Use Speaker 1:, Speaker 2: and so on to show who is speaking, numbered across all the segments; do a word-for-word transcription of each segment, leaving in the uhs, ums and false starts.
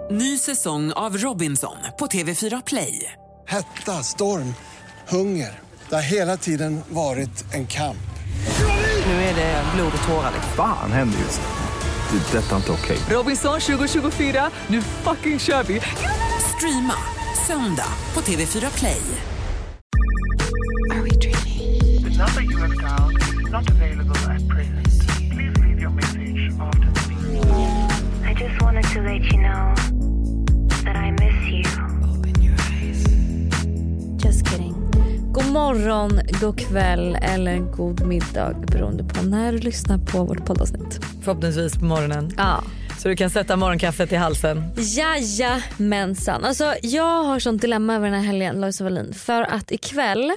Speaker 1: Ny säsong av Robinson på T V fyra Play.
Speaker 2: Hetta, storm, hunger. Det har hela tiden varit en kamp.
Speaker 1: Nu är det blod och tårar.
Speaker 3: Fan händer just det. Det är detta inte okej.
Speaker 1: Robinson tjugo tjugofyra, nu fucking kör vi. Streama söndag på T V fyra Play.
Speaker 4: Are we dreaming?
Speaker 5: The number you have dialed is not available at present. Please leave your message after the beep.
Speaker 4: I just wanted to let you know that I miss you. Open your eyes. Just kidding.
Speaker 6: God morgon, god kväll eller god middag beroende på när du lyssnar på vårt poddavsnitt.
Speaker 7: Förhoppningsvis på morgonen.
Speaker 6: Ja.
Speaker 7: Så du kan sätta morgonkaffet i halsen.
Speaker 6: Jajamensan. Alltså jag har sånt dilemma över den här helgen, Lojsa Wallin. För att ikväll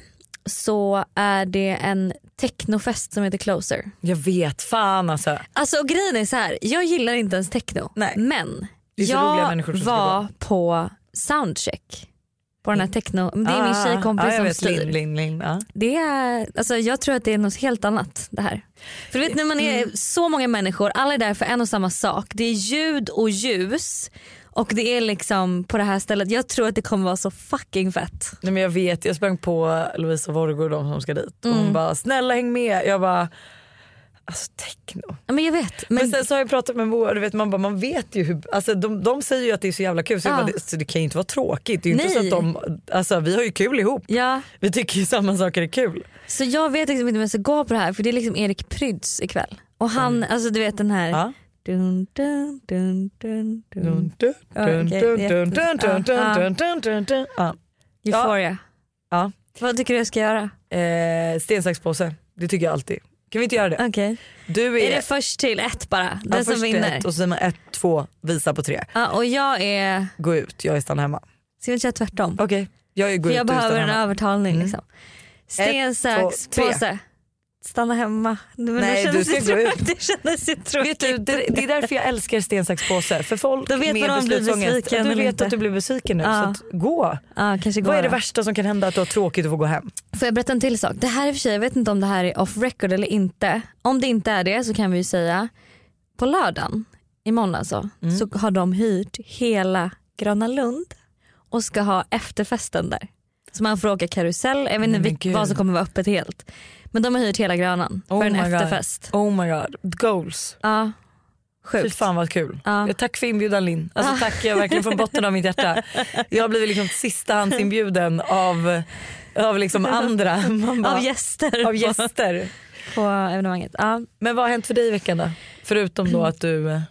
Speaker 6: så är det en technofest som heter Closer.
Speaker 7: Jag vet, fan alltså.
Speaker 6: Alltså och grejen är så här, jag gillar inte ens techno.
Speaker 7: Nej.
Speaker 6: Men
Speaker 7: Det är så roliga människor
Speaker 6: jag
Speaker 7: som ska
Speaker 6: var
Speaker 7: gå.
Speaker 6: på soundcheck på den här techno. Det är min tjejkompis
Speaker 7: ah, jag
Speaker 6: som
Speaker 7: vet,
Speaker 6: styr.
Speaker 7: Lin, Lin, Lin, ja.
Speaker 6: Det är, alltså jag tror att det är något helt annat det här. För du vet när man är så många människor, alla är där för en och samma sak. Det är ljud och ljus och det är liksom på det här stället. Jag tror att det kommer vara så fucking fett.
Speaker 7: Nej, men jag vet, jag sprang på Lovisa Vorgård, de som ska dit.
Speaker 6: Mm.
Speaker 7: Och hon bara, snälla häng med. Jag bara, alltså techno.
Speaker 6: Ja, men jag vet.
Speaker 7: Men,
Speaker 6: Men,
Speaker 7: sen så har jag pratat med Moa, du vet, man, bara, man vet ju hur, alltså de, de säger ju att det är så jävla kul så,
Speaker 6: Ja.
Speaker 7: jag bara, det, så det kan ju inte vara tråkigt. Det är ju inte
Speaker 6: Nej.
Speaker 7: så att de, alltså vi har ju kul ihop.
Speaker 6: ja,
Speaker 7: Vi tycker ju samma saker är kul.
Speaker 6: så jag vet liksom inte om jag ska gå på det här. För det är liksom Erik Pryds ikväll. Och han, alltså du vet den här
Speaker 7: Ja.
Speaker 6: dun, dun, dun, dun, dun.
Speaker 7: Dun,
Speaker 6: Ja,
Speaker 7: dun,
Speaker 6: okej,
Speaker 7: dun,
Speaker 6: det är
Speaker 7: dun, dun,
Speaker 6: jätte-
Speaker 7: dun, dun,
Speaker 6: ja, ja.
Speaker 7: dun, dun, dun, dun. Ja.
Speaker 6: Euphoria.
Speaker 7: Ja.
Speaker 6: Vad tycker du jag ska göra?
Speaker 7: Eh, sten, sax, påse. Det tycker jag alltid. Kan vi inte göra det?
Speaker 6: Okej.
Speaker 7: Du är,
Speaker 6: Är det först till ett bara?
Speaker 7: ja,
Speaker 6: Den som
Speaker 7: först
Speaker 6: vinner.
Speaker 7: ett och sen ett, två, visa på tre.
Speaker 6: Ja, och jag är,
Speaker 7: Gå ut, jag är stanna hemma.
Speaker 6: ska vi köra tvärtom?
Speaker 7: Okej, jag är gå
Speaker 6: För
Speaker 7: ut
Speaker 6: jag
Speaker 7: och
Speaker 6: behöver
Speaker 7: stanna
Speaker 6: en
Speaker 7: hemma.
Speaker 6: övertalning
Speaker 7: Mm.
Speaker 6: liksom. Sten,
Speaker 7: Ett,
Speaker 6: sax,
Speaker 7: två, tre.
Speaker 6: påse. Stanna hemma. Men
Speaker 7: Nej,
Speaker 6: det
Speaker 7: du
Speaker 6: kändes
Speaker 7: ska
Speaker 6: ju
Speaker 7: gå
Speaker 6: trå- Det kändes ju tråkigt.
Speaker 7: Vet du, det, det är därför jag älskar sten, sax, påse. För folk
Speaker 6: Då vet
Speaker 7: med
Speaker 6: man om de blir
Speaker 7: beslutsångest,
Speaker 6: besviken
Speaker 7: du
Speaker 6: eller
Speaker 7: vet
Speaker 6: inte.
Speaker 7: att du blir besviken nu.
Speaker 6: Ja.
Speaker 7: Så att gå.
Speaker 6: Ja, kanske går
Speaker 7: Vad är det
Speaker 6: då.
Speaker 7: värsta som kan hända, att du har tråkigt att få gå hem?
Speaker 6: Får jag berätta en till sak? Det här är för sig, jag vet inte om det här är off record eller inte. Om det inte är det så kan vi ju säga på lördagen, imorgon alltså,
Speaker 7: Mm.
Speaker 6: så har de hyrt hela Gröna Lund och ska ha efterfesten där. Så man får åka karusell, jag vet inte
Speaker 7: Nej, men
Speaker 6: vilk-
Speaker 7: gud.
Speaker 6: vad som kommer vara öppet helt. Men de har hyrt hela Grönan för
Speaker 7: Oh
Speaker 6: en
Speaker 7: my God.
Speaker 6: efterfest.
Speaker 7: Oh my god, goals.
Speaker 6: Ja,
Speaker 7: Fy
Speaker 6: sjukt.
Speaker 7: fan vad kul.
Speaker 6: Ja.
Speaker 7: Ja, tack för inbjudan, Linn. Alltså, tack jag verkligen från botten av mitt hjärta. Jag har blivit liksom sistahandsinbjuden av, av liksom andra. Man bara,
Speaker 6: Av gäster,
Speaker 7: av gäster.
Speaker 6: På, på evenemanget. Ja.
Speaker 7: Men vad har hänt för dig i veckan då? Förutom då att du eh,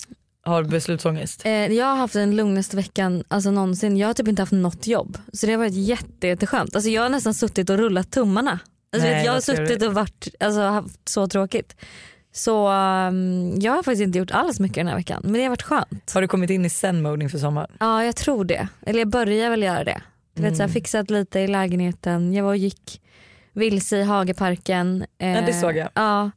Speaker 7: har beslutsångest.
Speaker 6: Eh, jag har haft den lugnaste veckan alltså någonsin. Jag har typ inte haft något jobb. Så det har varit jätte, jätteskönt. Alltså jag har nästan suttit och rullat tummarna. Alltså
Speaker 7: Nej,
Speaker 6: vet, jag har
Speaker 7: vad trevligt.
Speaker 6: suttit och varit, alltså, haft så tråkigt. Så um, jag har faktiskt inte gjort alls mycket den här veckan. Men det har varit skönt.
Speaker 7: Har du kommit in i zen-mode inför sommaren?
Speaker 6: Ja, jag tror det. Eller jag börjar väl göra det. Du vet, så jag har fixat lite i lägenheten. Jag var och gick vilse i Hageparken. Eh,
Speaker 7: Ja, det såg jag.
Speaker 6: Ja.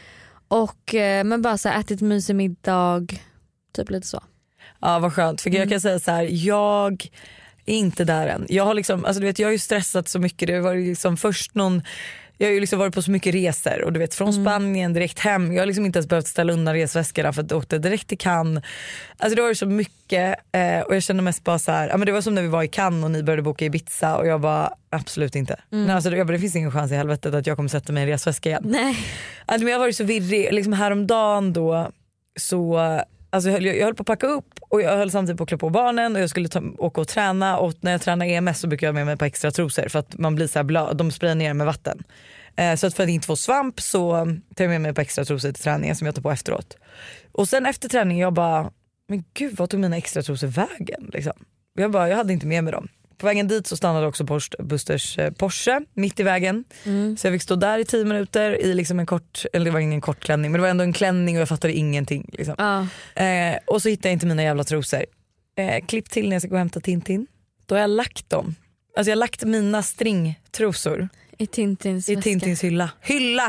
Speaker 6: Och, eh, men bara så här, ätit mysig middag. Typ lite så.
Speaker 7: Ja, vad skönt. För jag kan säga så här, jag är inte där än. Jag har liksom, alltså du vet, jag har ju stressat så mycket. Det har varit liksom först någon, jag har ju liksom varit på så mycket resor och du vet från Spanien direkt hem. Jag har liksom inte ens behövt ställa undan resväskorna för att jag åkte direkt till Cannes. Alltså det var ju så mycket eh, och jag kände mest bara så här, ja men det var som när vi var i Cannes och ni började boka i Ibiza och jag bara absolut inte. Nej, alltså jag bara, det finns ingen chans i helvetet att jag kommer sätta mig i en resväska igen.
Speaker 6: Nej.
Speaker 7: Alltså, men jag var ju så virrig, liksom häromdagen då så alltså, jag, höll, jag höll på att packa upp och jag höll samtidigt på att klä på barnen och jag skulle ta, åka och träna och när jag tränar E M S så brukar jag ha med mig på extra trosor för att man blir så här blöd, de sprayar ner med vatten. Eh, så att för att inte få svamp så tar jag med mig på extra trosor till träningen som jag tar på efteråt. Och sen efter träningen jag bara, men gud vad tog mina extra trosor vägen liksom? Jag bara, jag hade inte med mig dem. På vägen dit så stannade också Porsche, Busters eh, Porsche mitt i vägen. Mm. Så jag fick stå där i tio minuter i liksom en kort, eller det var ingen kort klänning men det var ändå en klänning och jag fattade ingenting liksom.
Speaker 6: Ja.
Speaker 7: eh, Och så hittade jag inte mina jävla trosor. eh, Klipp till när jag ska gå och hämta Tintin. Då har jag lagt dem. Alltså jag har lagt mina stringtrosor
Speaker 6: I Tintins
Speaker 7: i
Speaker 6: väska.
Speaker 7: Tintins hylla. Hylla!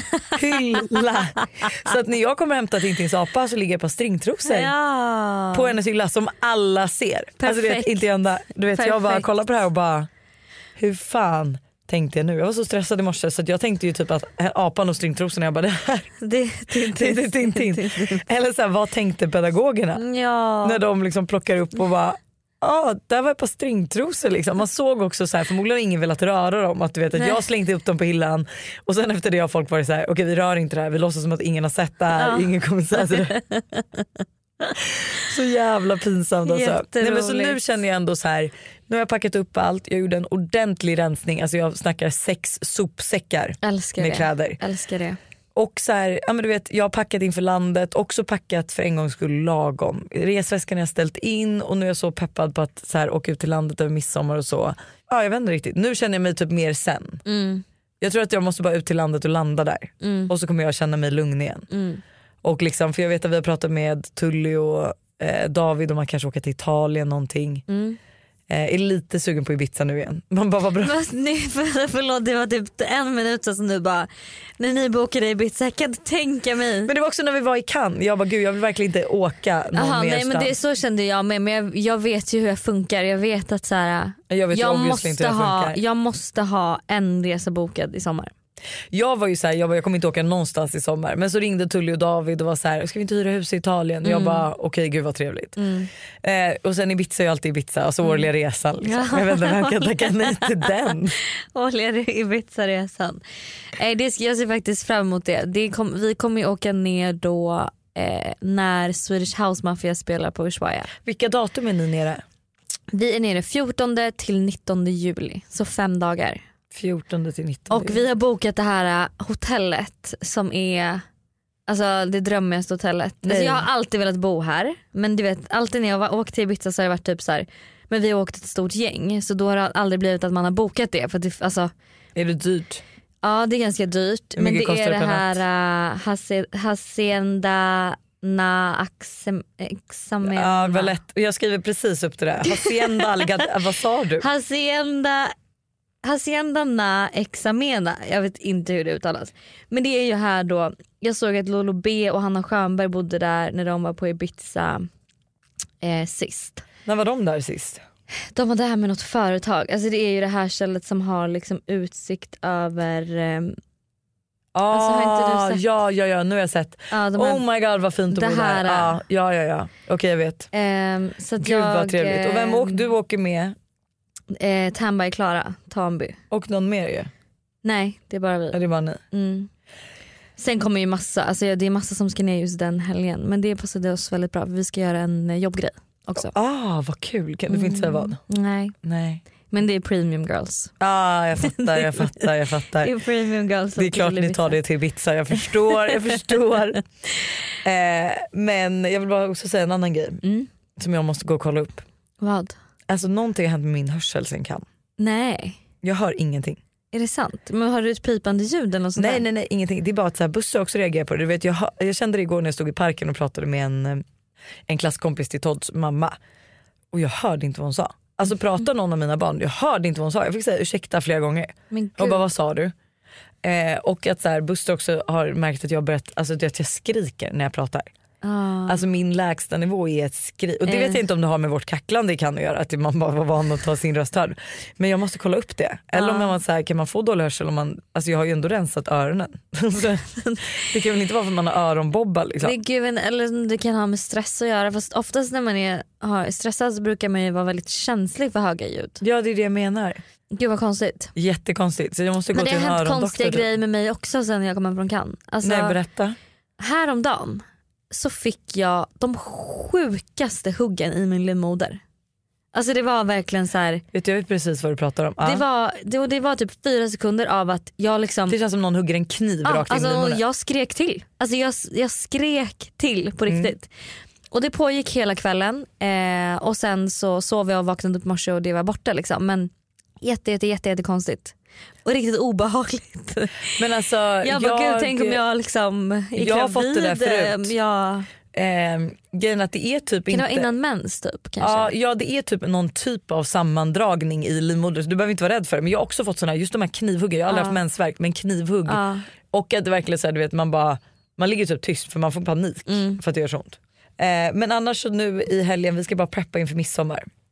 Speaker 7: Hylla! Så att när jag kommer hämta Tintins apa så ligger jag på stringtrosor
Speaker 6: Ja.
Speaker 7: på hennes hylla som alla ser. Alltså du vet,
Speaker 6: Perfekt.
Speaker 7: inte enda, du vet jag bara
Speaker 6: Perfekt.
Speaker 7: kollar på det här och bara hur fan tänkte jag nu. Jag var så stressad i morse så att jag tänkte ju typ att apan och stringtrosorna, jag bara det här.
Speaker 6: Det, det, det,
Speaker 7: det, det, det, det. Eller så här, vad tänkte pedagogerna?
Speaker 6: Ja.
Speaker 7: När de liksom plockar upp och bara ja, ah, där var ett par stringtrosor liksom. Man såg också så här, förmodligen ingen velat röra dem, att du vet att Nej. jag slängde upp dem på hyllan och sen efter det har folk varit så här: okej okay, vi rör inte det här, vi låtsas som att ingen har sett det här, ja. ingen kommer säga det. Så jävla pinsamt alltså. Nej, men så nu känner jag ändå så här, nu har jag packat upp allt, jag gjorde en ordentlig rensning, alltså jag snackar sex sopsäckar
Speaker 6: Älskar
Speaker 7: med
Speaker 6: det.
Speaker 7: kläder.
Speaker 6: Älskar det.
Speaker 7: Och så här, ja men du vet, jag har packat inför landet, också packat för en gång skulle lagom. Resväskan har jag ställt in och nu är jag så peppad på att så här, åka ut till landet över midsommar och så. Ja, jag vet inte riktigt. Nu känner jag mig typ mer sen.
Speaker 6: Mm.
Speaker 7: Jag tror att jag måste bara ut till landet och landa där.
Speaker 6: Mm. Och
Speaker 7: så kommer jag känna mig lugn igen.
Speaker 6: Mm.
Speaker 7: Och liksom, för jag vet att vi har pratat med Tully och eh, David om man kanske åker till Italien någonting.
Speaker 6: Mm.
Speaker 7: Eh, är lite sugen på Ibiza nu igen. Man bara, vad bra.
Speaker 6: Nej, för, förlåt, det var typ en minut så nu bara, när ni bokade Ibiza, jag kan inte tänka mig.
Speaker 7: Men det var också när vi var i Cannes. Jag bara, gud jag vill verkligen inte åka någon
Speaker 6: Aha,
Speaker 7: mer
Speaker 6: nej, men det, så kände jag med. Men jag, jag vet ju hur jag funkar. Jag vet att så här,
Speaker 7: jag, vet
Speaker 6: jag,
Speaker 7: måste inte jag,
Speaker 6: ha, jag måste ha en resa bokad i sommar.
Speaker 7: Jag var ju så här, jag, bara, jag kommer inte åka någonstans i sommar. Men så ringde Tully och David och var så här: ska vi inte hyra hus i Italien? Och
Speaker 6: mm.
Speaker 7: jag bara, okej okay, gud vad trevligt.
Speaker 6: Mm.
Speaker 7: eh, Och sen Ibiza är ju alltid Ibiza, alltså mm. årliga resan liksom. Jag vet inte vem kan tacka nej till den.
Speaker 6: Årliga Ibiza-resan. eh, det, Jag ser faktiskt fram emot det, det kom, vi kommer ju åka ner då eh, när Swedish House Mafia spelar på Ushuaia.
Speaker 7: Vilka datum är ni nere? Vi
Speaker 6: är nere fjortonde till nittonde juli, så fem dagar.
Speaker 7: fjortonde till nittonde.
Speaker 6: Och vi har bokat det här hotellet som är alltså det drömmigaste hotellet. Alltså jag har alltid velat bo här, men du vet, alltid när jag har åkt till Ibiza så har det varit typ så här, men vi har åkt ett stort gäng, så då har det aldrig blivit att man har bokat det, för att det, alltså,
Speaker 7: är det dyrt?
Speaker 6: Ja, det är ganska dyrt. Men det är det här uh, Hace, Hacienda Na Axem, Examena.
Speaker 7: Ja, vad lätt. Jag skriver precis upp det där. Hacienda Algad, vad sa du?
Speaker 6: Hacienda Hacienda Na Examena. Jag vet inte hur det uttalas. Men det är ju här då. Jag såg att Lolo B och Hanna Schönberg bodde där när de var på Ibiza eh, sist.
Speaker 7: När var de där sist?
Speaker 6: De var där med något företag. Alltså det är ju det här stället som har liksom utsikt över eh,
Speaker 7: Ah,
Speaker 6: alltså, har inte du sett?
Speaker 7: Ja, ja, ja, nu har jag sett.
Speaker 6: Ja, de
Speaker 7: oh my god vad fint att bo
Speaker 6: här,
Speaker 7: där. Ah, ja, ja, ja. Okej, okay, jag vet.
Speaker 6: Eh, så att
Speaker 7: Gud
Speaker 6: jag,
Speaker 7: vad trevligt. Och vem åker du åker med?
Speaker 6: Eh, Tamba i Klara, Tamby.
Speaker 7: Och någon mer ju?
Speaker 6: Nej, det är bara vi.
Speaker 7: Ja, det är bara ni.
Speaker 6: Mm. Sen kommer ju massa, alltså det är massa som ska ner just den helgen. Men det passade oss väldigt bra, för vi ska göra en jobbgrej också.
Speaker 7: Ah, vad kul. Kan du mm. inte säga vad?
Speaker 6: Nej.
Speaker 7: Nej.
Speaker 6: Men det är Premium Girls.
Speaker 7: Ah, jag fattar, jag fattar, jag fattar.
Speaker 6: Det är Premium Girls.
Speaker 7: Det är klart ni tar det till Ibiza, jag förstår, jag förstår. Eh, men jag vill bara också säga en annan grej
Speaker 6: mm.
Speaker 7: som jag måste gå och kolla upp.
Speaker 6: Vad?
Speaker 7: Alltså någonting har hänt med min hörsel sen kan.
Speaker 6: Nej.
Speaker 7: Jag hör ingenting.
Speaker 6: Är det sant? Men har du ett pipande ljud eller något sånt
Speaker 7: nej,
Speaker 6: där?
Speaker 7: nej, nej, ingenting. Det är bara att så här, Busse också reagerar på det. Du vet, jag, jag kände det igår när jag stod i parken och pratade med en, en klasskompis till Todds mamma. Och jag hörde inte vad hon sa. Alltså pratar någon av mina barn, jag hörde inte vad hon sa. Jag fick säga ursäkta flera gånger.
Speaker 6: Men
Speaker 7: och bara, vad sa du? Eh, och att så här, Buster också har märkt att jag börjat, alltså att jag skriker när jag pratar.
Speaker 6: Ah.
Speaker 7: Alltså min lägsta nivå är ett skrik. Och det vet jag inte om det har med vårt kacklande det kan göra, att man bara var van att ta sin röst hörd. Men jag måste kolla upp det. Eller om man så här, kan man få dålig hörsel om man, alltså jag har ju ändå rensat öronen. Det kan väl inte vara för att man har öronbobbar liksom.
Speaker 6: Det, gud, eller det kan ha med stress att göra. Fast oftast när man är har stressad så brukar man ju vara väldigt känslig för höga ljud.
Speaker 7: Ja, det är det jag menar.
Speaker 6: Gud vad konstigt.
Speaker 7: Jättekonstigt. Så jag måste gå
Speaker 6: men
Speaker 7: till en
Speaker 6: det har hänt konstiga
Speaker 7: typ.
Speaker 6: grejer med mig också sen jag kom hem från Cannes. Alltså,
Speaker 7: nej, berätta.
Speaker 6: Häromdagen så fick jag de sjukaste huggen i min livmoder. Alltså det var verkligen så här.
Speaker 7: Vet du, jag vet precis vad du pratar om.
Speaker 6: Det, ah. var, det, det var typ fyra sekunder av att jag liksom.
Speaker 7: Det känns som någon hugger en kniv
Speaker 6: ah,
Speaker 7: rakt in i
Speaker 6: alltså,
Speaker 7: livmodern.
Speaker 6: Jag skrek till. Alltså jag, jag skrek till på riktigt. Mm. Och det pågick hela kvällen. Eh, och sen så sov jag och vaknade upp i morse och det var borta liksom. Men jätte, jätte, jätte, jätte konstigt. Och riktigt obehagligt.
Speaker 7: Men alltså,
Speaker 6: jag bara,
Speaker 7: jag,
Speaker 6: gud, tänk om jag liksom är
Speaker 7: jag har
Speaker 6: gravid,
Speaker 7: fått det där förut.
Speaker 6: Ja.
Speaker 7: Eh, grejen att det är typ
Speaker 6: kan
Speaker 7: inte.
Speaker 6: Det vara innan mens typ kanske?
Speaker 7: Ja, ja, det är typ någon typ av sammandragning i livmodern. Så du behöver inte vara rädd för det. Men jag har också fått såna här, just de här knivhuggar. Jag har aldrig
Speaker 6: ja.
Speaker 7: haft mensvärk, men knivhugg.
Speaker 6: Ja.
Speaker 7: Och att det verkligen så här, du vet, man bara man ligger typ tyst för man får panik mm. för att det gör så ont. Eh, men annars så nu i helgen, vi ska bara preppa inför midsommar.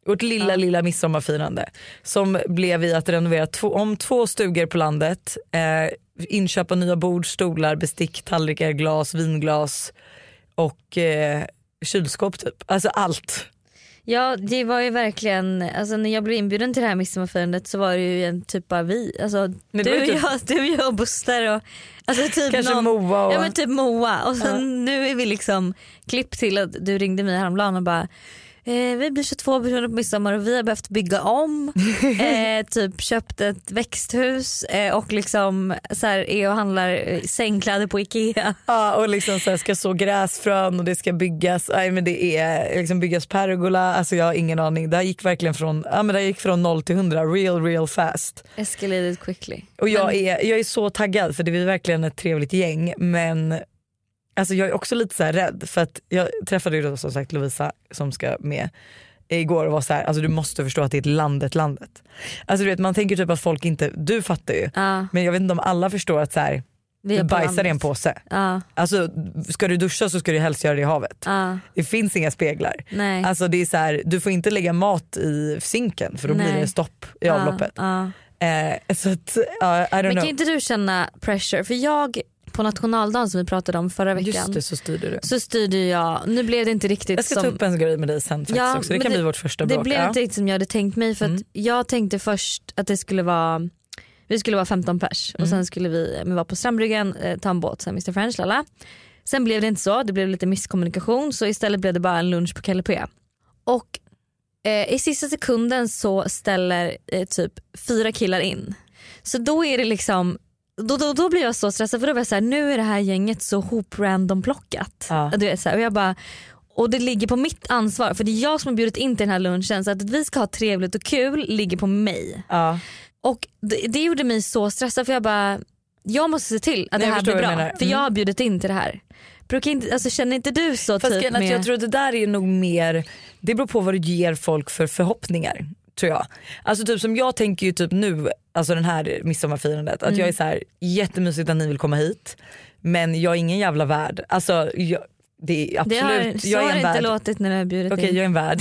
Speaker 7: Vårt lilla ja. lilla midsommarfirande som blev i att renovera två, om två stugor på landet, eh, inköpa nya bord, stolar, bestick, tallrikar, glas, vinglas och eh, kylskåp typ. Alltså allt.
Speaker 6: Ja, det var ju verkligen, alltså när jag blev inbjuden till det här midsommarfirandet så var det ju en typ av vi, alltså du, typ... jag, du, jag och Buster och alltså typ
Speaker 7: kanske
Speaker 6: någon,
Speaker 7: Moa och...
Speaker 6: ja men typ Moa och sen
Speaker 7: uh.
Speaker 6: nu är vi liksom klipp till att du ringde mig häromdagen och bara Eh, vi blir tjugotvå personer på midsommar och vi har behövt bygga om, eh, typ köpt ett växthus eh, och liksom så här, är och handlar sängkläder på Ikea.
Speaker 7: Ja, och liksom så här, ska så gräsfrön och det ska byggas, nej men det är liksom byggas pergola, alltså jag har ingen aning. Det här gick verkligen från, ja men det gick från noll till hundra real real fast.
Speaker 6: Escalated quickly.
Speaker 7: Och jag men... är, jag är så taggad för det är verkligen ett trevligt gäng, men alltså jag är också lite så här rädd för att jag träffade ju då som sagt Lovisa som ska med igår och var så här, alltså du måste förstå att det är ett landet landet. Alltså du vet, man tänker typ att folk inte, du fattar ju,
Speaker 6: uh. men
Speaker 7: jag vet inte om alla förstår att så här, du bajsar i en påse.
Speaker 6: Uh.
Speaker 7: Alltså ska du duscha så ska du helst göra det i havet.
Speaker 6: Uh.
Speaker 7: Det finns inga speglar.
Speaker 6: Nej.
Speaker 7: Alltså det är så här, du får inte lägga mat i sinken för då
Speaker 6: Nej.
Speaker 7: blir det stopp i uh. avloppet.
Speaker 6: Uh.
Speaker 7: Eh, så att, uh, I don't
Speaker 6: men
Speaker 7: know.
Speaker 6: kan inte du känna pressure? För jag på nationaldagen som vi pratade om förra veckan.
Speaker 7: Just det, så styrde du.
Speaker 6: Så styrde jag. Nu blev det inte riktigt
Speaker 7: jag ska
Speaker 6: som...
Speaker 7: ta upp en grej med dig sen faktiskt ja, också. Det kan det, bli vårt första bråk.
Speaker 6: Det blev
Speaker 7: ja.
Speaker 6: inte riktigt som jag hade tänkt mig. För
Speaker 7: mm.
Speaker 6: att jag tänkte först att det skulle vara, vi skulle vara femton pers. Mm. Och sen skulle vi, vi vara på Strandbryggen, eh, ta en båt, sen mister French, lala. Sen blev det inte så. Det blev lite misskommunikation. Så istället blev det bara en lunch på K L P. Och eh, i sista sekunden så ställer eh, typ fyra killar in. Så då är det liksom Då, då, då blir jag så stressad för då var jag så här, nu är det här gänget så hop random plockat. Ja. Du vet, så här, och jag bara, och det ligger på mitt ansvar för det är jag som har bjudit in till den här lunchen, så att vi ska ha trevligt och kul ligger på mig.
Speaker 7: Ja.
Speaker 6: Och det, det gjorde mig så stressad för jag bara, jag måste se till att
Speaker 7: Nej,
Speaker 6: det här blir bra
Speaker 7: mm.
Speaker 6: för jag har bjudit in till det här. Brukar inte, alltså, känner inte du så?
Speaker 7: Fast
Speaker 6: typ
Speaker 7: med...
Speaker 6: med...
Speaker 7: jag tror att det där är nog mer, det beror på vad du ger folk för förhoppningar. Tror jag. Alltså typ som jag tänker ju typ nu, alltså den här midsommarfirandet, att mm. jag är så här jättemysigt att ni vill komma hit, men jag är ingen jävla värd. Alltså jag, det är absolut,
Speaker 6: det har,
Speaker 7: jag
Speaker 6: så
Speaker 7: är en
Speaker 6: har det
Speaker 7: värd.
Speaker 6: inte låtit när du har bjudit
Speaker 7: okay, in. Okej, jag är en värd.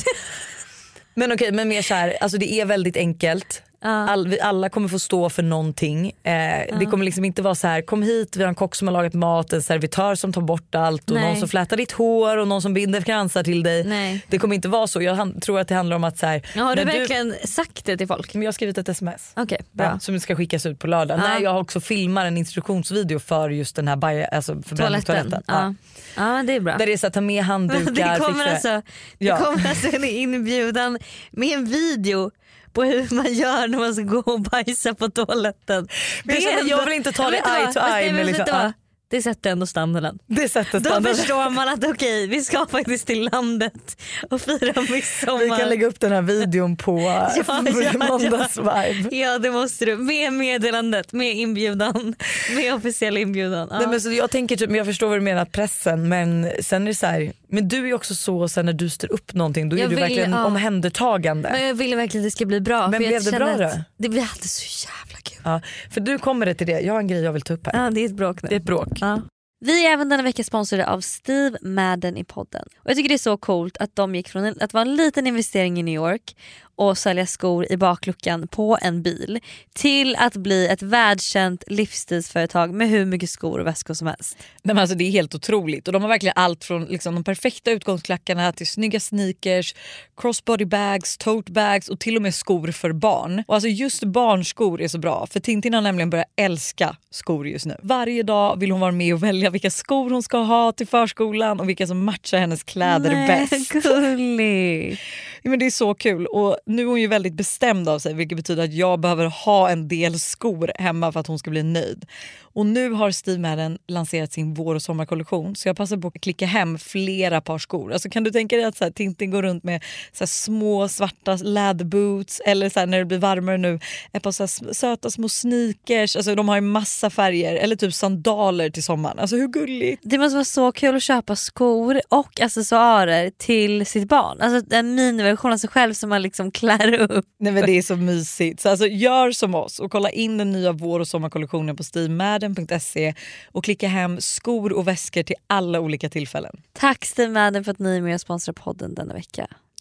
Speaker 7: men okej, okay, men mer så här, alltså det är väldigt enkelt. Uh. All, vi alla kommer få stå för någonting. Eh, uh. Det kommer liksom inte vara så här, kom hit, vi har en kock som har lagat mat, en servitör som tar bort allt och Nej. någon som flätar ditt hår och någon som binder kransar till dig.
Speaker 6: Nej.
Speaker 7: Det kommer inte vara så. Jag han, tror att det handlar om att så här,
Speaker 6: ja, har du verkligen du... sagt det till folk?
Speaker 7: Men jag har skrivit ett sms.
Speaker 6: Okay, bra.
Speaker 7: Ja, som ska skickas ut på lördag. Uh. Nej, jag har också filmat en instruktionsvideo för just den här baja, alltså förbränningstoaletten.
Speaker 6: Ja. Ja. ja, det är bra.
Speaker 7: Där det är så att ta med handdukar.
Speaker 6: Det kommer, alltså, det
Speaker 7: ja.
Speaker 6: kommer alltså en inbjudan med en video på hur man gör när man ska gå och bajsa på toaletten.
Speaker 7: Det är ändå, jag vill inte ta det eye to eye. Men liksom,
Speaker 6: ja. Det sätter ändå standarden.
Speaker 7: Det sätter standarden.
Speaker 6: Då förstår man att okej, okay, vi ska faktiskt till landet och fira midsommar.
Speaker 7: Vi kan lägga upp den här videon på ja, ja, måndagsvibe.
Speaker 6: Ja. ja, det måste du. Med meddelandet, med inbjudan, med officiell inbjudan. Ja.
Speaker 7: Nej, men så jag tänker typ, jag förstår vad du menar, pressen, men sen är det så här, men du är också så sen när du styr upp någonting, då är jag du vill, verkligen ja. omhändertagande.
Speaker 6: Men jag ville verkligen att det ska bli bra.
Speaker 7: Men
Speaker 6: för
Speaker 7: blev
Speaker 6: jag
Speaker 7: det bra då?
Speaker 6: Det blev alltid så jävla kul.
Speaker 7: Ja, för du kommer det till det. Jag har en grej jag vill ta upp här.
Speaker 6: Ja, det är ett bråk nu.
Speaker 7: Det är ett bråk.
Speaker 6: Ja. Vi är även denna vecka sponsrade av Steve Madden i podden. Och jag tycker det är så coolt att de gick från att vara en liten investering i New York och sälja skor i bakluckan på en bil till att bli ett världskänt livsstilsföretag med hur mycket skor och väskor som helst.
Speaker 7: Nej, men alltså, det är helt otroligt och de har verkligen allt från liksom, de perfekta utgångsklackarna till snygga sneakers, crossbody bags, tote bags och till och med skor för barn. Och alltså just barnskor är så bra för Tintin har nämligen börjat älska skor just nu. Varje dag vill hon vara med och välja vilka skor hon ska ha till förskolan och vilka som matchar hennes kläder
Speaker 6: Nej,
Speaker 7: bäst.
Speaker 6: Gulligt.
Speaker 7: Ja, men det är så kul och nu är hon ju väldigt bestämd av sig, vilket betyder att jag behöver ha en del skor hemma för att hon ska bli nöjd. Och nu har Steve Madden lanserat sin vår- och sommarkollektion, så jag passar på att klicka hem flera par skor. Alltså kan du tänka dig att så här, Tintin går runt med så här, små svarta läderboots eller så här, när det blir varmare nu ett par så här, söta små sneakers, alltså de har ju massa färger, eller typ sandaler till sommaren. Alltså hur gulligt?
Speaker 6: Det måste vara så kul att köpa skor och accessoarer till sitt barn. Alltså en miniversion av sig själv som man liksom klär upp.
Speaker 7: Nej, men det är så mysigt. Så alltså gör som oss och kolla in den nya vår- och sommarkollektionen på steve madden punkt se och klicka hem skor och väskor till alla olika tillfällen.
Speaker 6: Tack Steve Madden för att ni är med och sponsrar podden denna vecka.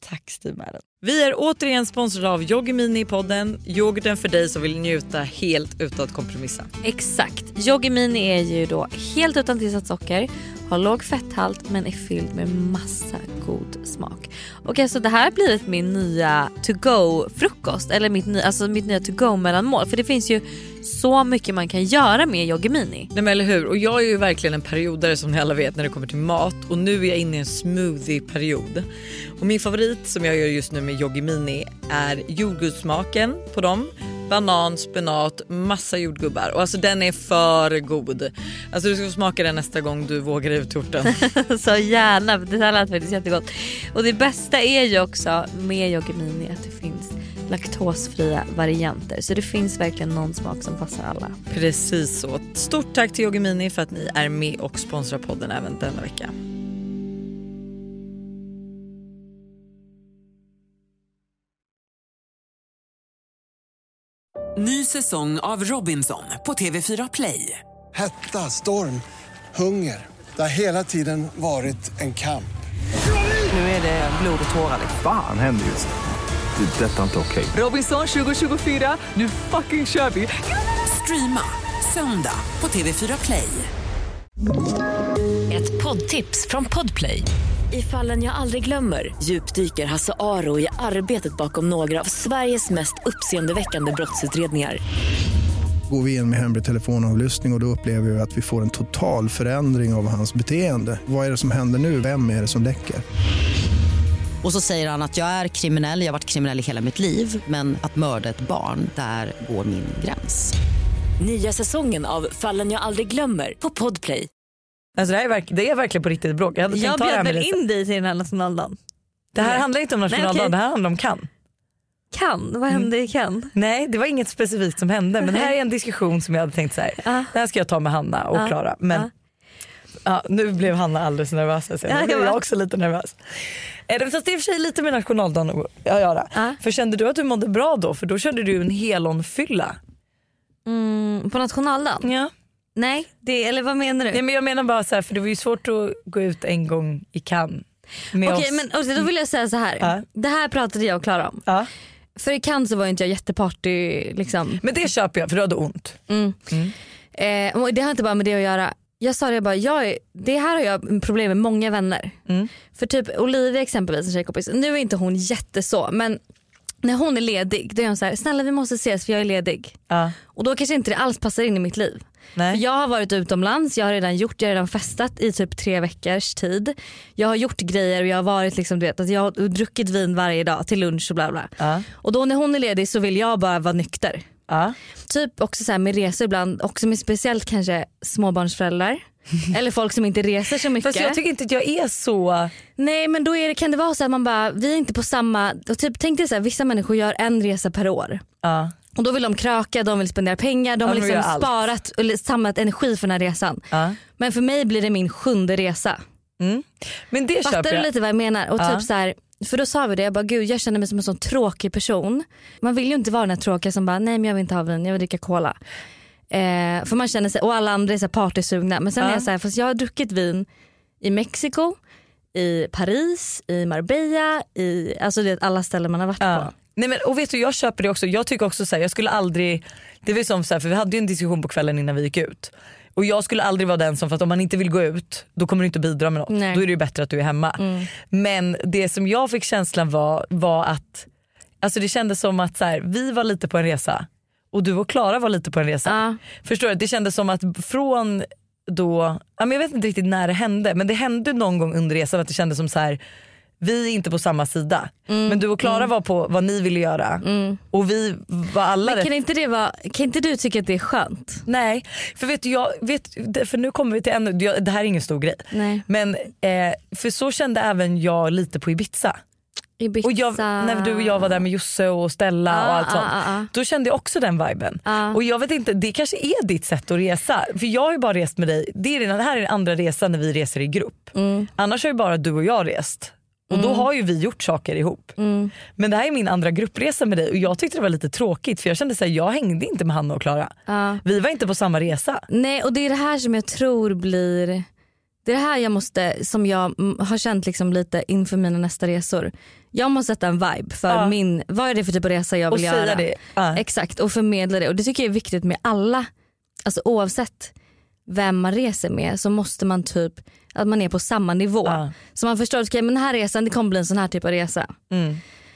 Speaker 7: Tack Steve Madden. Vi är återigen sponsrade av Yogimini i podden. Yoghurten för dig som vill njuta helt utan att kompromissa.
Speaker 6: Exakt. Yogimini är ju då helt utan tillsatt socker, har låg fetthalt men är fylld med massa god smak. Och alltså det här har blivit min nya to-go-frukost. Eller mitt, ny, alltså mitt nya to-go-mellanmål. För det finns ju så mycket man kan göra med Yogimini.
Speaker 7: Nej men eller hur? Och jag är ju verkligen en periodare som ni alla vet när det kommer till mat. Och nu är jag inne i en smoothie-period. Och min favorit som jag gör just nu med Yogimini är jordgubbssmaken på dem. Banan, spenat, massa jordgubbar. Och alltså den är för god. Alltså du ska få smaka den nästa gång du vågar ut torten.
Speaker 6: Så gärna, det här lät faktiskt jättegott. Och det bästa är ju också med Yogimini att det finns laktosfria varianter. Så det finns verkligen någon smak som passar alla.
Speaker 7: Precis så. Stort tack till Yogimini för att ni är med och sponsrar podden även denna vecka.
Speaker 1: Ny säsong av Robinson på T V fyra Play.
Speaker 2: Hetta, storm, hunger. Det har hela tiden varit en kamp.
Speaker 1: Nu är det blod och tårar.
Speaker 3: Fan händer just det. Det är detta inte okej.
Speaker 1: Robinson tjugo tjugofyra, nu fucking kör vi. Streama söndag på T V fyra Play.
Speaker 8: Ett poddtips från Podplay. I Fallen jag aldrig glömmer djupdyker Hasse Aro i arbetet bakom några av Sveriges mest uppseendeväckande brottsutredningar.
Speaker 9: Går vi in med hemlig telefonavlyssning och, och då upplever vi att vi får en total förändring av hans beteende. Vad är det som händer nu? Vem är det som läcker?
Speaker 10: Och så säger han att jag är kriminell, jag har varit kriminell i hela mitt liv. Men att mörda ett barn, där går min gräns.
Speaker 8: Nya säsongen av Fallen jag aldrig glömmer på Podplay.
Speaker 7: Alltså det, här är verk- det är verkligen på riktigt bråk. Jag,
Speaker 6: jag bjöd väl in dig till den här nationaldagen.
Speaker 7: Det här handlar inte om nationaldagen, Nej, okay. Det här handlar om kan.
Speaker 6: Kan? Vad hände i kan?
Speaker 7: Nej, det var inget specifikt som hände. Men det här är en diskussion som jag hade tänkt så här. Uh. Det här ska jag ta med Hanna och uh. Klara. Men uh. Ja, nu blev Hanna alldeles nervös. Så nu blev jag också lite nervös. Det är i och för sig lite med nationaldagen att göra. Uh. För kände du att du mådde bra då? För då körde du en helonfylla.
Speaker 6: Mm, på nationaldagen?
Speaker 7: Ja.
Speaker 6: Nej, det, eller vad menar du?
Speaker 7: Nej, men jag menar bara så här, för det var ju svårt att gå ut en gång i Cannes.
Speaker 6: Okej, okay, men okay, då vill jag säga så här. Uh. Det här pratade jag och Klara om. Uh. För i Cannes så var inte jag jätteparty liksom.
Speaker 7: Men det köper jag, för du hade ont.
Speaker 6: Mm. Mm. Eh, och det har inte bara med det att göra. Jag sa det bara, jag är, det här har jag problem med många vänner. Mm. För typ Olivia exempelvis, en tjejkompis. Nu är inte hon jätteså, men när hon är ledig, då är hon så här: snälla vi måste ses för jag är ledig. Uh. Och då kanske inte det alls passar in i mitt liv. Nej. För jag har varit utomlands, jag har redan gjort, jag har redan festat i typ tre veckors tid. Jag har gjort grejer och jag har varit liksom, du vet, att jag har druckit vin varje dag till lunch och bla bla. Uh. Och då när hon är ledig så vill jag bara vara nykter. Uh. Typ också så här med resor ibland, också med speciellt kanske småbarnsföräldrar. Eller folk som inte reser så mycket.
Speaker 7: Fast jag tycker inte att jag är så.
Speaker 6: Nej, men då är det, kan det vara så att man bara, vi är inte på samma. Och typ tänk dig så här, vissa människor gör en resa per år. uh. Och då vill de kröka, de vill spendera pengar, de har uh, liksom sparat eller samlat energi för den här resan. uh. Men för mig blir det min sjunde resa.
Speaker 7: mm. Men det
Speaker 6: fattar
Speaker 7: köper
Speaker 6: du
Speaker 7: jag.
Speaker 6: lite vad jag menar? Och uh. typ så här, för då sa vi det, jag bara gud, jag känner mig som en sån tråkig person. Man vill ju inte vara den här tråkiga som bara, nej men jag vill inte ha vin, jag vill dricka cola. Eh, för man känner sig, och alla andra är så här partysugna. Men sen uh. är jag så här, fast jag har druckit vin i Mexiko, i Paris, i Marbella, i, alltså det är alla ställen man har varit uh. på.
Speaker 7: Nej men, och vet du, jag köper det också. Jag tycker också så här, jag skulle aldrig, det var som så här, för vi hade ju en diskussion på kvällen innan vi gick ut. Och jag skulle aldrig vara den som, för att om man inte vill gå ut, då kommer du inte bidra med något. Nej. Då är det ju bättre att du är hemma. Mm. Men det som jag fick känslan var, var att, alltså det kändes som att så här, vi var lite på en resa. Och du och Klara var lite på en resa. Uh. Förstår du? Det kändes som att från då, jag vet inte riktigt när det hände, men det hände någon gång under resan att det kändes som så här: vi är inte på samma sida. Mm. Men du och Klara mm. var på vad ni ville göra. Mm. Och vi var alla.
Speaker 6: Men kan inte det vara, kan inte du tycka att det är skönt?
Speaker 7: Nej, för vet du, jag vet, för nu kommer vi till en, det här är ingen stor grej.
Speaker 6: Nej.
Speaker 7: Men eh, för så kände även jag lite på Ibiza.
Speaker 6: Ibiza.
Speaker 7: Och jag, när du och jag var där med Josse och Stella ah, och allt sånt, ah, ah. då kände jag också den viben. Ah. Och jag vet inte, det kanske är ditt sätt att resa. För jag har ju bara rest med dig. Det, är den, det här är den andra resan när vi reser i grupp. Mm. Annars har ju bara du och jag rest. Och mm. då har ju vi gjort saker ihop. Mm. Men det här är min andra gruppresa med dig. Och jag tyckte det var lite tråkigt. För jag kände så här, jag hängde inte med Hanna och Klara. Ah. Vi var inte på samma resa.
Speaker 6: Nej, och det är det här som jag tror blir Det är det här jag måste, som jag har känt liksom lite inför mina nästa resor. Jag måste sätta en vibe för ja. min, vad är det för typ av resa jag vill
Speaker 7: och
Speaker 6: göra.
Speaker 7: Det. Ja.
Speaker 6: Exakt, och förmedla det. Och det tycker jag är viktigt med alla, alltså oavsett vem man reser med så måste man typ, att man är på samma nivå. Ja. Så man förstår att okay, men den här resan, det kommer bli en sån här typ av resa.
Speaker 7: Mm.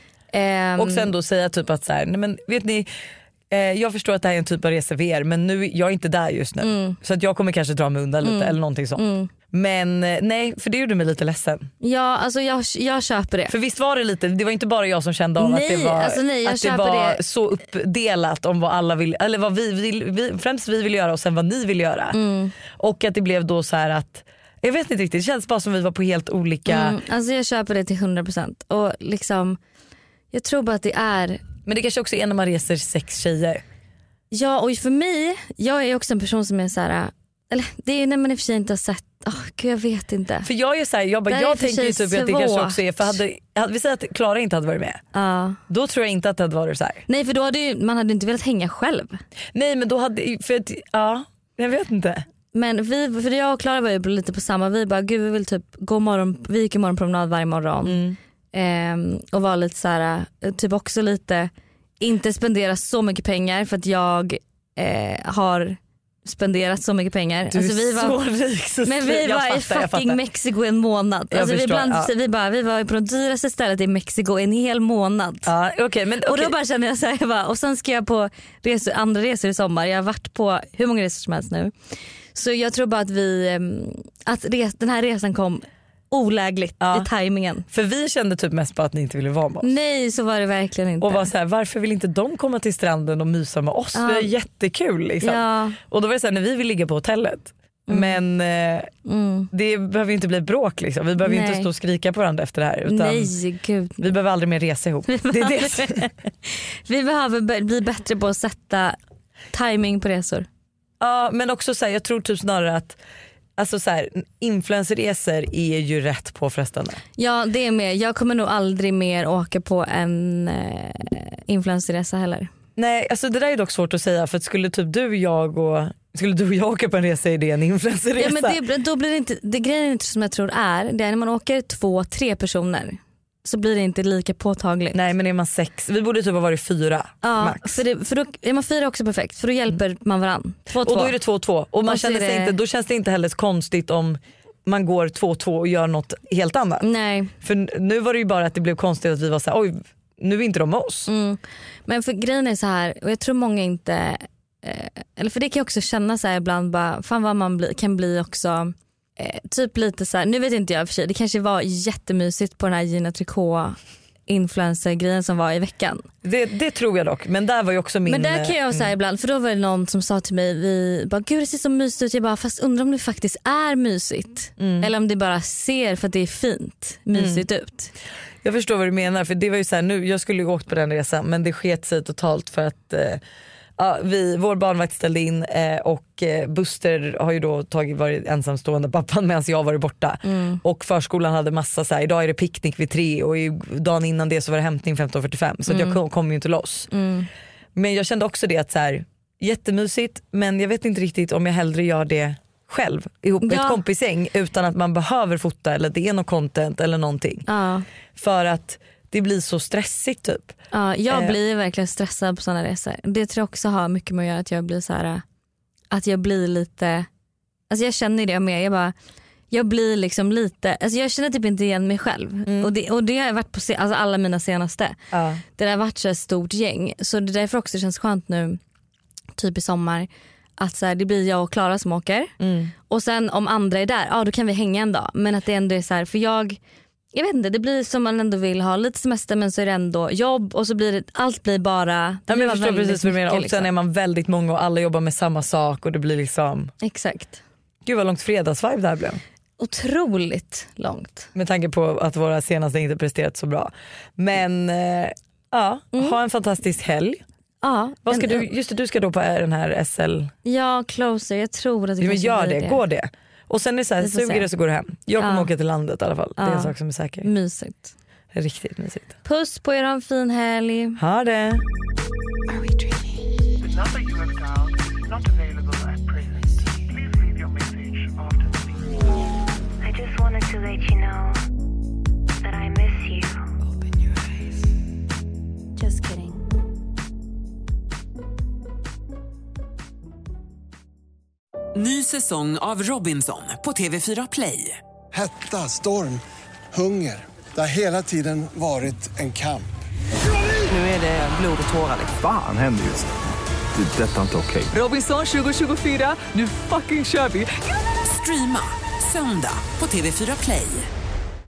Speaker 7: Um, och sen då säga typ att så här, nej men vet ni, eh, jag förstår att det här är en typ av resa för er, men nu, jag är inte där just nu. Mm. Så att jag kommer kanske dra mig undan lite mm. eller någonting sånt. Mm. Men nej, för det gjorde mig lite ledsen.
Speaker 6: Ja, alltså jag, jag köper det.
Speaker 7: För visst var det lite, det var inte bara jag som kände av
Speaker 6: nej,
Speaker 7: att det var,
Speaker 6: alltså nej,
Speaker 7: att det var det. Så uppdelat om vad alla vill, eller vad vi vill, vi, främst vi vill göra och sen vad ni vill göra. Mm. Och att det blev då så här att, jag vet inte riktigt, det känns bara som vi var på helt olika.
Speaker 6: Mm, alltså jag köper det till hundra procent. Och liksom, jag tror bara att det är.
Speaker 7: Men det kanske också är när man reser sex tjejer.
Speaker 6: Ja, och för mig, jag är också en person som är så här, eller det är när man i och för sig inte har sett. Oh, Gud, jag vet inte.
Speaker 7: För jag är så här, jag, bara, jag tänker ju typ att det kanske också är, för hade, hade vi säger att Klara inte hade varit med.
Speaker 6: Uh.
Speaker 7: Då tror jag inte att det hade varit så här.
Speaker 6: Nej, för då hade ju, man hade inte velat hänga själv.
Speaker 7: Nej, men då hade, för att, ja, jag vet inte.
Speaker 6: Men vi, för jag och Klara var ju lite på samma, vi bara gud vi vill typ gå morgon, vi gick i morgonpromenad varje morgon. Mm. Ehm, och var lite så här, typ också lite, inte spendera så mycket pengar för att jag eh, har spenderat så mycket pengar.
Speaker 7: Du
Speaker 6: alltså, vi var,
Speaker 7: så rik så
Speaker 6: men vi var
Speaker 7: fattar,
Speaker 6: i fucking Mexiko en månad. Alltså,
Speaker 7: förstår,
Speaker 6: vi, bland,
Speaker 7: ja.
Speaker 6: vi, bara, vi var på det dyraste stället i Mexiko en hel månad.
Speaker 7: Ja, okay, men, okay.
Speaker 6: Och då bara kände jag så här, jag bara, och sen ska jag på resor, andra resor i sommar. Jag har varit på hur många resor som helst nu. Så jag tror bara att vi att res, den här resan kom olägligt ja. i tajmingen.
Speaker 7: För vi kände typ mest på att ni inte ville vara med oss.
Speaker 6: Nej, så var det verkligen inte.
Speaker 7: Och var så här, varför vill inte de komma till stranden och mysa med oss?
Speaker 6: Ja.
Speaker 7: Det är jättekul liksom. Ja. Och då var det så här, när vi vill ligga på hotellet. Mm. Men eh, mm. det behöver inte bli bråk liksom. Vi behöver Nej. inte stå och skrika på varandra efter det här. Utan
Speaker 6: Nej, gud.
Speaker 7: Vi behöver aldrig mer resa ihop.
Speaker 6: Vi
Speaker 7: behöver,
Speaker 6: det är det. Vi behöver bli bättre på att sätta timing på resor.
Speaker 7: Ja, men också så här, jag tror typ snarare att alltså så här, influencerresor är ju rätt påfrestande.
Speaker 6: Ja, det är med. Jag kommer nog aldrig mer åka på en eh, influencerresa heller.
Speaker 7: Nej, alltså det där är dock svårt att säga, för att skulle typ du, jag och skulle du och jag åka på en resa, är det en influencerresa?
Speaker 6: Ja, men det, då blir det inte, det grejen inte som jag tror är, det är när man åker två, tre personer så blir det inte lika påtagligt.
Speaker 7: Nej, men är man sex, vi borde typ ha varit fyra
Speaker 6: ja,
Speaker 7: max.
Speaker 6: För, det, för då är man fyra också perfekt, för då hjälper mm. man varann. Två,
Speaker 7: och
Speaker 6: två.
Speaker 7: då är det två två och man och känner sig
Speaker 6: det...
Speaker 7: inte, då känns det inte heller konstigt om man går två två och gör något helt annat.
Speaker 6: Nej.
Speaker 7: För nu var det ju bara att det blev konstigt att vi var så här, oj, nu är inte de med oss.
Speaker 6: Mm. Men för grejen är så här, och jag tror många inte eh, eller för det kan jag också känna så här ibland bara, fan vad man bli, kan bli också eh, typ lite så här, nu vet inte jag för sig, det kanske var jättemysigt på den här Gina Tricot influencer-grejen som var i veckan.
Speaker 7: Det, det tror jag dock, men där var ju också min...
Speaker 6: Men där kan jag säga mm. ibland, för då var det någon som sa till mig, vi bara, gud det ser så mysigt ut, jag bara, fast undrar om det faktiskt är mysigt. Mm. Eller om det bara ser för att det är fint, mysigt mm. ut.
Speaker 7: Jag förstår vad du menar, för det var ju så här, nu, jag skulle ju åkt på den resan, men det sket sig totalt för att eh, ja, vi, vår barnvakt ställde in eh, och eh, Buster har ju då tagit, varit ensamstående pappan medan jag varit borta. Mm. Och förskolan hade massa så här, idag är det picknick vid tre och i, dagen innan det så var det hämtning femton fyrtiofem, så mm. jag kom, kom ju inte loss. Mm. Men jag kände också det att så här, jättemysigt, men jag vet inte riktigt om jag hellre gör det själv ihop med ja. ett kompisgäng utan att man behöver fota eller det är något content eller någonting. Ja. För att det blir så stressigt typ.
Speaker 6: Ja, jag eh. blir verkligen stressad på sådana resor. Det tror jag också har mycket med att göra att jag blir så här, att jag blir lite, alltså jag känner det med, jag bara jag blir liksom lite, alltså jag känner typ inte igen mig själv. Mm. Och, det, och det har varit på alltså alla mina senaste. Ja. Det har varit så ett stort gäng, så det därför också känns skönt nu typ i sommar att så här, det blir jag och Klara som åker. Mm. Och sen om andra är där, ja då kan vi hänga en dag. Men att det ändå är så här, för jag Jag vet inte, det blir som man ändå vill ha lite semester, men så är det ändå jobb och så blir det, allt blir bara
Speaker 7: ja, men jag förstår precis vad du menar. Och
Speaker 6: liksom.
Speaker 7: Sen är man väldigt många och alla jobbar med samma sak och det blir liksom
Speaker 6: exakt.
Speaker 7: Gud vad långt fredagsvibe det här blev.
Speaker 6: Otroligt långt.
Speaker 7: Med tanke på att våra senaste inte presterat så bra. Men eh, ja, mm. ha en fantastisk helg.
Speaker 6: Ja,
Speaker 7: vad ska
Speaker 6: en,
Speaker 7: du, just det, du ska då på den här S L.
Speaker 6: Ja, closer, jag tror att det
Speaker 7: ja, men gör det,
Speaker 6: det,
Speaker 7: går det. Och sen är det så här, suger det så går det hem. Jag kommer ja. åka till landet i alla fall. Ja. Det är en sak som är säker.
Speaker 6: Mysigt.
Speaker 7: Riktigt mysigt.
Speaker 6: Puss på er, ha en fin helg.
Speaker 7: Ha det.
Speaker 5: Are we dreaming? The number you have dialed is not available at present. Please leave your message after the beep.
Speaker 4: Just kidding.
Speaker 1: Ny säsong av Robinson på T V fyra Play.
Speaker 2: Hetta, storm, hunger. Det har hela tiden varit en kamp.
Speaker 1: Nu är det blod och tårar.
Speaker 3: Fan händer just det. Det är detta inte okej.
Speaker 1: Robinson tjugo tjugofyra, nu fucking kör vi. Streama söndag på T V fyra Play.